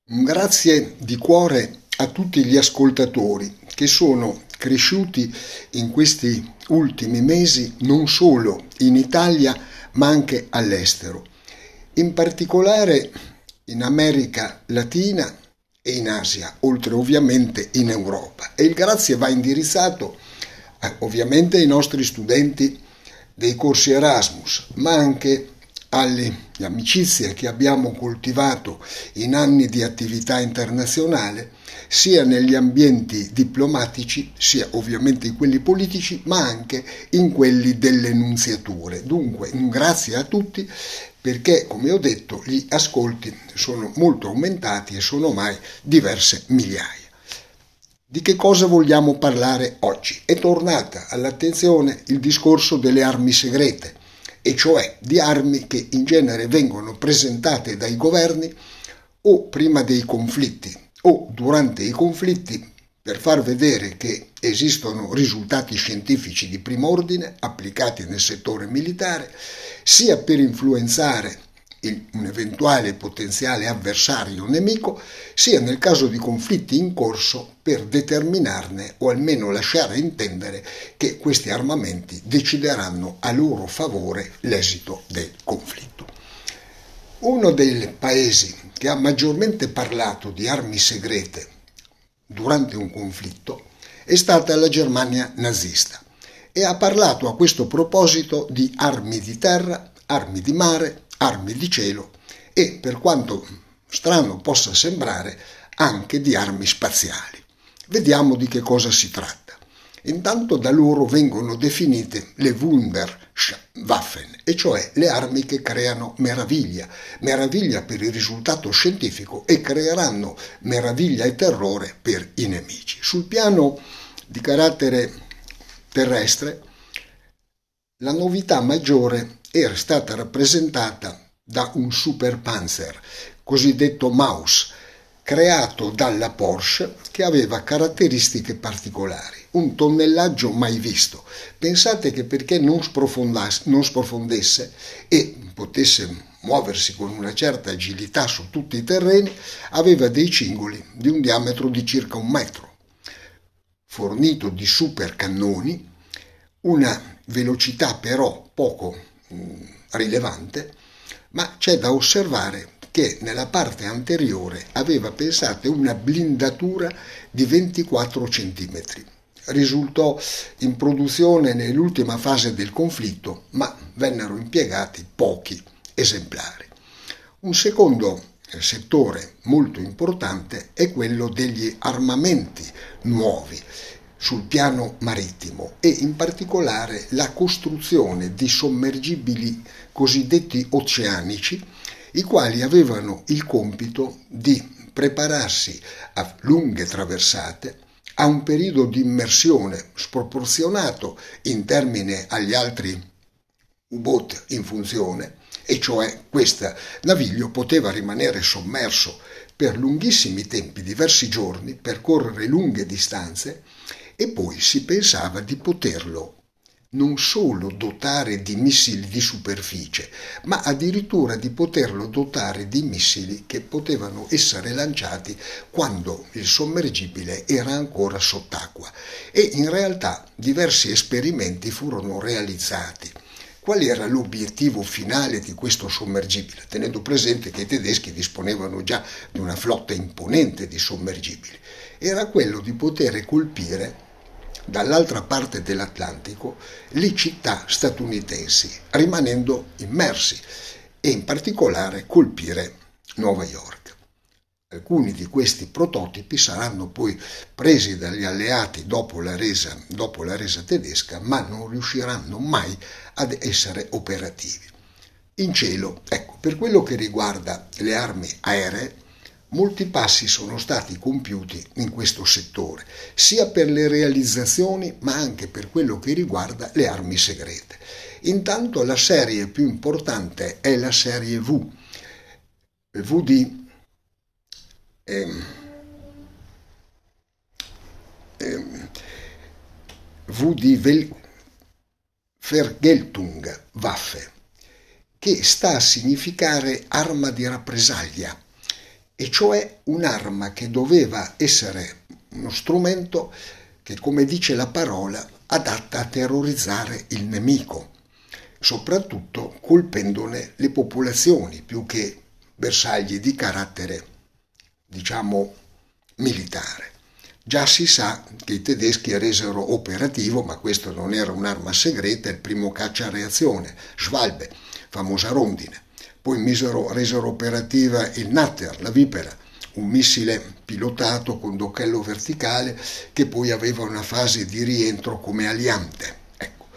Un grazie di cuore a tutti gli ascoltatori che sono cresciuti in questi ultimi mesi non solo in Italia ma anche all'estero, in particolare in America Latina e in Asia, oltre ovviamente in Europa. E il grazie va indirizzato ovviamente ai nostri studenti dei corsi Erasmus, ma anche alle amicizie che abbiamo coltivato in anni di attività internazionale, sia negli ambienti diplomatici, sia ovviamente in quelli politici, ma anche in quelli delle nunziature. Dunque, un grazie a tutti perché, come ho detto, gli ascolti sono molto aumentati e sono ormai diverse migliaia. Di che cosa vogliamo parlare oggi? È tornata all'attenzione il discorso delle armi segrete, e cioè di armi che in genere vengono presentate dai governi o prima dei conflitti o durante i conflitti per far vedere che esistono risultati scientifici di primo ordine applicati nel settore militare, sia per influenzare un eventuale potenziale avversario o nemico, sia nel caso di conflitti in corso per determinarne o almeno lasciare intendere che questi armamenti decideranno a loro favore l'esito del conflitto. Uno dei paesi che ha maggiormente parlato di armi segrete durante un conflitto è stata la Germania nazista e ha parlato a questo proposito di armi di terra, armi di mare, armi di cielo e, per quanto strano possa sembrare, anche di armi spaziali. Vediamo di che cosa si tratta. Intanto da loro vengono definite le Wunderwaffen, e cioè le armi che creano meraviglia per il risultato scientifico e creeranno meraviglia e terrore per i nemici. Sul piano di carattere terrestre, la novità maggiore era stata rappresentata da un Superpanzer, cosiddetto Maus, creato dalla Porsche, che aveva caratteristiche particolari, un tonnellaggio mai visto. Pensate che perché non sprofondesse e potesse muoversi con una certa agilità su tutti i terreni, aveva dei cingoli di un diametro di circa 1 metro, fornito di supercannoni, una velocità però poco rilevante, ma c'è da osservare che nella parte anteriore aveva, pensate, una blindatura di 24 centimetri. Risultò in produzione nell'ultima fase del conflitto, ma vennero impiegati pochi esemplari. Un secondo settore molto importante è quello degli armamenti nuovi sul piano marittimo e in particolare la costruzione di sommergibili cosiddetti oceanici, i quali avevano il compito di prepararsi a lunghe traversate, a un periodo di immersione sproporzionato in termini agli altri U-boat in funzione, e cioè questo naviglio poteva rimanere sommerso per lunghissimi tempi, diversi giorni, percorrere lunghe distanze, e poi si pensava di poterlo non solo dotare di missili di superficie, ma addirittura di poterlo dotare di missili che potevano essere lanciati quando il sommergibile era ancora sott'acqua. E in realtà diversi esperimenti furono realizzati. Qual era l'obiettivo finale di questo sommergibile? Tenendo presente che i tedeschi disponevano già di una flotta imponente di sommergibili. Era quello di poter colpire dall'altra parte dell'Atlantico le città statunitensi, rimanendo immersi, e in particolare colpire Nuova York. Alcuni di questi prototipi saranno poi presi dagli alleati dopo la resa tedesca, ma non riusciranno mai ad essere operativi. In cielo, ecco, per quello che riguarda le armi aeree, molti passi sono stati compiuti in questo settore, sia per le realizzazioni ma anche per quello che riguarda le armi segrete. Intanto la serie più importante è la serie V di Vergeltungswaffe, che sta a significare arma di rappresaglia, e cioè un'arma che doveva essere uno strumento che, come dice la parola, adatta a terrorizzare il nemico, soprattutto colpendone le popolazioni più che bersagli di carattere, diciamo, militare. Già si sa che i tedeschi resero operativo, ma questo non era un'arma segreta, il primo caccia a reazione, Schwalbe, famosa rondine. Poi resero operativa il Natter, la Vipera, un missile pilotato con docchello verticale che poi aveva una fase di rientro come aliante. Ecco.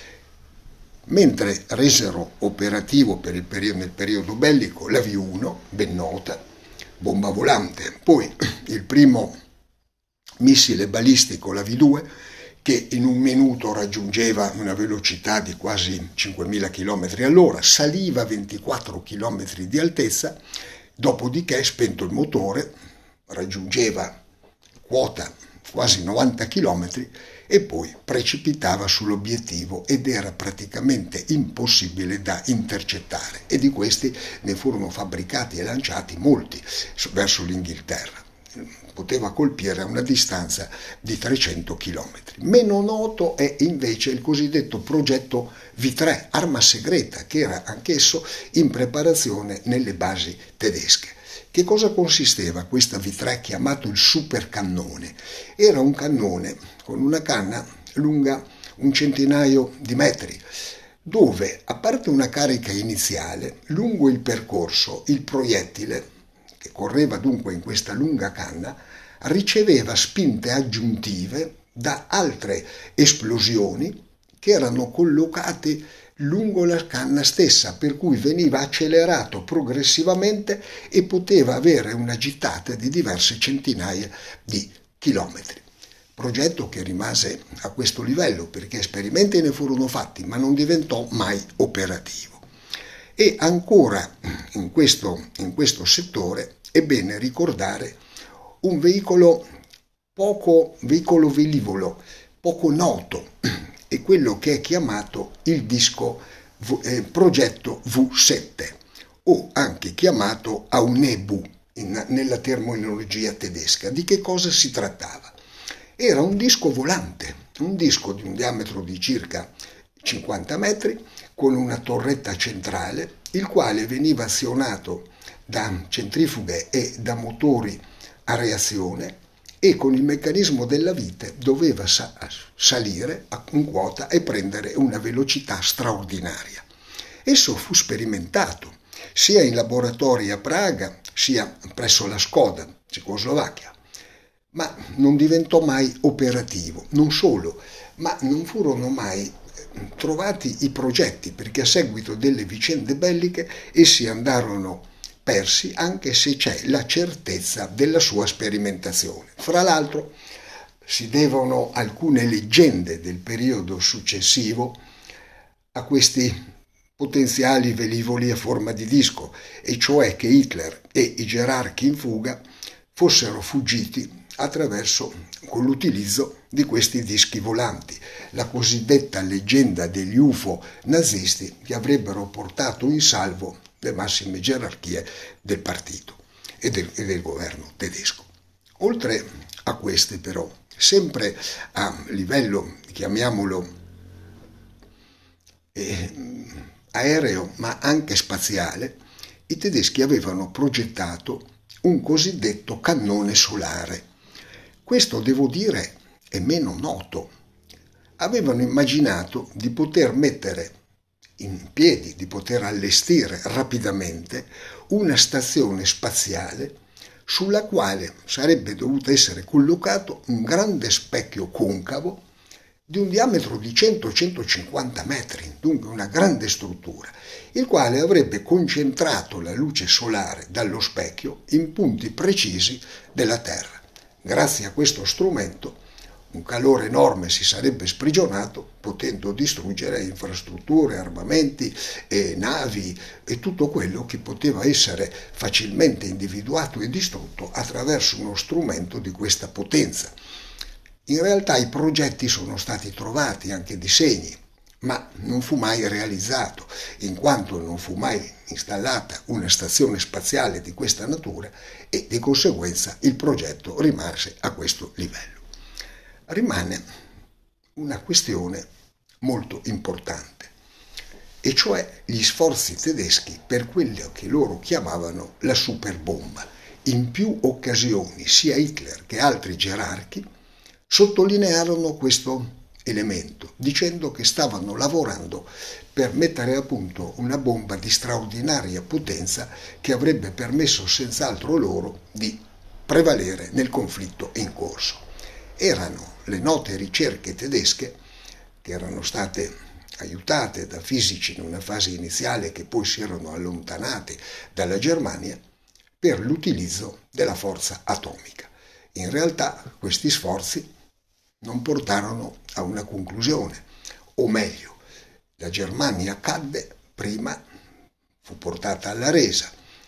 Mentre resero operativo nel periodo bellico la V1, ben nota, bomba volante, poi il primo missile balistico, la V2, che in un minuto raggiungeva una velocità di quasi 5.000 km all'ora, saliva a 24 km di altezza, dopodiché, spento il motore, raggiungeva quota quasi 90 km e poi precipitava sull'obiettivo ed era praticamente impossibile da intercettare, e di questi ne furono fabbricati e lanciati molti verso l'Inghilterra. Poteva colpire a una distanza di 300 km. Meno noto è invece il cosiddetto progetto V3, arma segreta, che era anch'esso in preparazione nelle basi tedesche. Che cosa consisteva questa V3 chiamato il supercannone? Era un cannone con una canna lunga un centinaio di metri, dove, a parte una carica iniziale, lungo il percorso il proiettile, che correva dunque in questa lunga canna, riceveva spinte aggiuntive da altre esplosioni che erano collocate lungo la canna stessa, per cui veniva accelerato progressivamente e poteva avere una gittata di diverse centinaia di chilometri. Progetto che rimase a questo livello perché esperimenti ne furono fatti, ma non diventò mai operativo. E ancora in questo settore è bene ricordare un veicolo velivolo, poco noto, è quello che è chiamato il progetto V7, o anche chiamato Aunebu nella terminologia tedesca. Di che cosa si trattava? Era un disco volante, un disco di un diametro di circa 50 metri, con una torretta centrale, il quale veniva azionato da centrifughe e da motori a reazione, e con il meccanismo della vite doveva salire in quota e prendere una velocità straordinaria. Esso fu sperimentato sia in laboratori a Praga sia presso la Skoda, Cecoslovacchia, ma non diventò mai operativo. Non solo, ma non furono mai trovati i progetti, perché a seguito delle vicende belliche essi andarono persi, anche se c'è la certezza della sua sperimentazione. Fra l'altro si devono alcune leggende del periodo successivo a questi potenziali velivoli a forma di disco, e cioè che Hitler e i gerarchi in fuga fossero fuggiti con l'utilizzo di questi dischi volanti, la cosiddetta leggenda degli UFO nazisti che avrebbero portato in salvo le massime gerarchie del partito e del governo tedesco. Oltre a queste, però, sempre a livello, chiamiamolo, aereo ma anche spaziale, i tedeschi avevano progettato un cosiddetto cannone solare. Questo, devo dire, è meno noto. Avevano immaginato di poter mettere in piedi, di poter allestire rapidamente una stazione spaziale sulla quale sarebbe dovuto essere collocato un grande specchio concavo di un diametro di 100-150 metri, dunque una grande struttura, il quale avrebbe concentrato la luce solare dallo specchio in punti precisi della Terra. Grazie a questo strumento un calore enorme si sarebbe sprigionato, potendo distruggere infrastrutture, armamenti, navi e tutto quello che poteva essere facilmente individuato e distrutto attraverso uno strumento di questa potenza. In realtà i progetti sono stati trovati, anche disegni, ma non fu mai realizzato, in quanto non fu mai installata una stazione spaziale di questa natura e di conseguenza il progetto rimase a questo livello. Rimane una questione molto importante, e cioè gli sforzi tedeschi per quello che loro chiamavano la superbomba. In più occasioni sia Hitler che altri gerarchi sottolinearono questo elemento, dicendo che stavano lavorando per mettere a punto una bomba di straordinaria potenza che avrebbe permesso senz'altro loro di prevalere nel conflitto in corso. Erano le note ricerche tedesche, che erano state aiutate da fisici in una fase iniziale che poi si erano allontanati dalla Germania, per l'utilizzo della forza atomica. In realtà questi sforzi non portarono a una conclusione, o meglio, la Germania cadde prima, fu portata alla resa,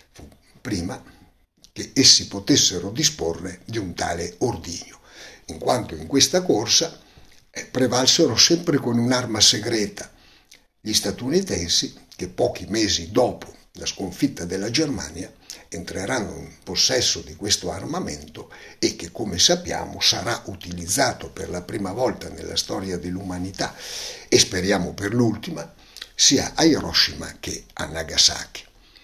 prima che essi potessero disporre di un tale ordigno, in quanto in questa corsa prevalsero sempre con un'arma segreta gli statunitensi, che pochi mesi dopo la sconfitta della Germania entreranno in possesso di questo armamento e che, come sappiamo, sarà utilizzato per la prima volta nella storia dell'umanità e speriamo per l'ultima, sia a Hiroshima che a Nagasaki.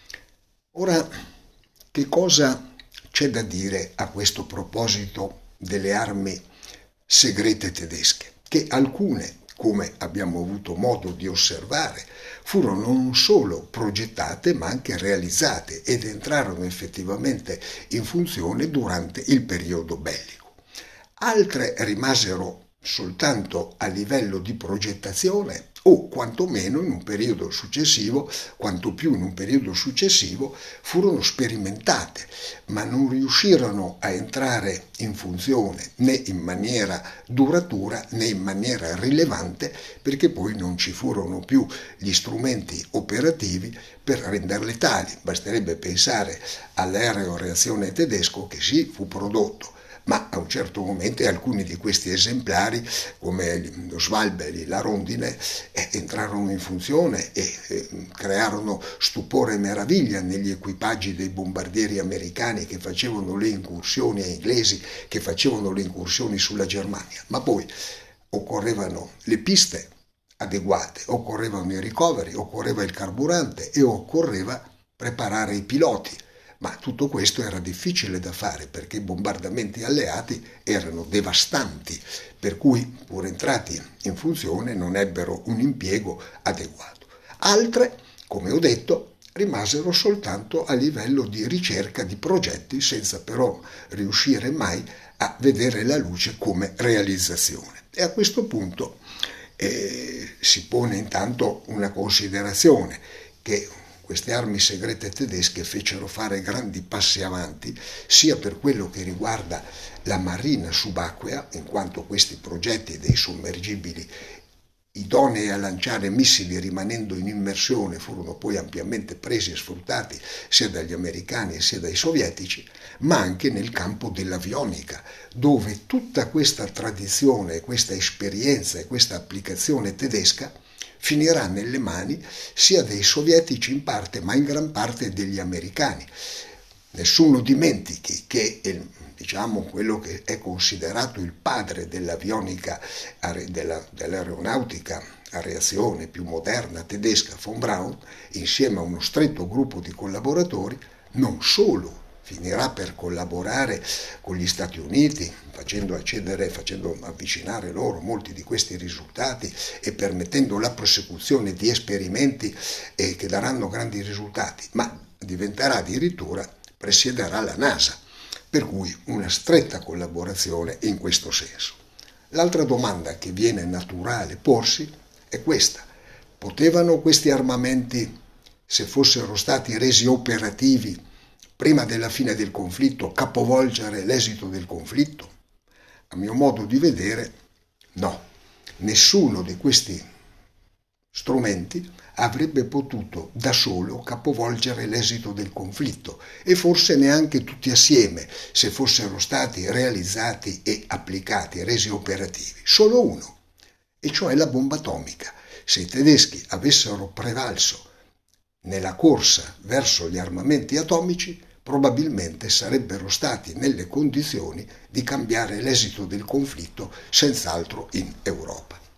Ora, che cosa c'è da dire a questo proposito delle armi segrete tedesche? Che alcune, come abbiamo avuto modo di osservare, furono non solo progettate ma anche realizzate ed entrarono effettivamente in funzione durante il periodo bellico. Altre rimasero soltanto a livello di progettazione o quantomeno in un periodo successivo, quanto più in un periodo successivo, furono sperimentate, ma non riuscirono a entrare in funzione né in maniera duratura né in maniera rilevante, perché poi non ci furono più gli strumenti operativi per renderle tali. Basterebbe pensare all'aereo a reazione tedesco, che sì, fu prodotto, ma a un certo momento alcuni di questi esemplari, come lo Svalbard, la Rondine, entrarono in funzione e crearono stupore e meraviglia negli equipaggi dei bombardieri americani che facevano le incursioni, e inglesi che facevano le incursioni sulla Germania. Ma poi occorrevano le piste adeguate, occorrevano i ricoveri, occorreva il carburante e occorreva preparare i piloti. Ma tutto questo era difficile da fare perché i bombardamenti alleati erano devastanti, per cui, pur entrati in funzione, non ebbero un impiego adeguato. Altre, come ho detto, rimasero soltanto a livello di ricerca di progetti, senza però riuscire mai a vedere la luce come realizzazione. E a questo punto si pone intanto una considerazione, che queste armi segrete tedesche fecero fare grandi passi avanti sia per quello che riguarda la marina subacquea, in quanto questi progetti dei sommergibili idonei a lanciare missili rimanendo in immersione furono poi ampiamente presi e sfruttati sia dagli americani sia dai sovietici, ma anche nel campo dell'avionica, dove tutta questa tradizione, questa esperienza e questa applicazione tedesca finirà nelle mani sia dei sovietici in parte, ma in gran parte degli americani. Nessuno dimentichi che quello che è considerato il padre dell'avionica, dell'aeronautica a reazione più moderna tedesca, von Braun, insieme a uno stretto gruppo di collaboratori, non solo finirà per collaborare con gli Stati Uniti, facendo avvicinare loro molti di questi risultati e permettendo la prosecuzione di esperimenti che daranno grandi risultati, ma diventerà addirittura, presiederà la NASA, per cui una stretta collaborazione in questo senso. L'altra domanda che viene naturale porsi è questa: potevano questi armamenti, se fossero stati resi operativi prima della fine del conflitto, capovolgere l'esito del conflitto? A mio modo di vedere, no. Nessuno di questi strumenti avrebbe potuto da solo capovolgere l'esito del conflitto, e forse neanche tutti assieme, se fossero stati realizzati e applicati, resi operativi. Solo uno, e cioè la bomba atomica. Se i tedeschi avessero prevalso nella corsa verso gli armamenti atomici, probabilmente sarebbero stati nelle condizioni di cambiare l'esito del conflitto, senz'altro in Europa.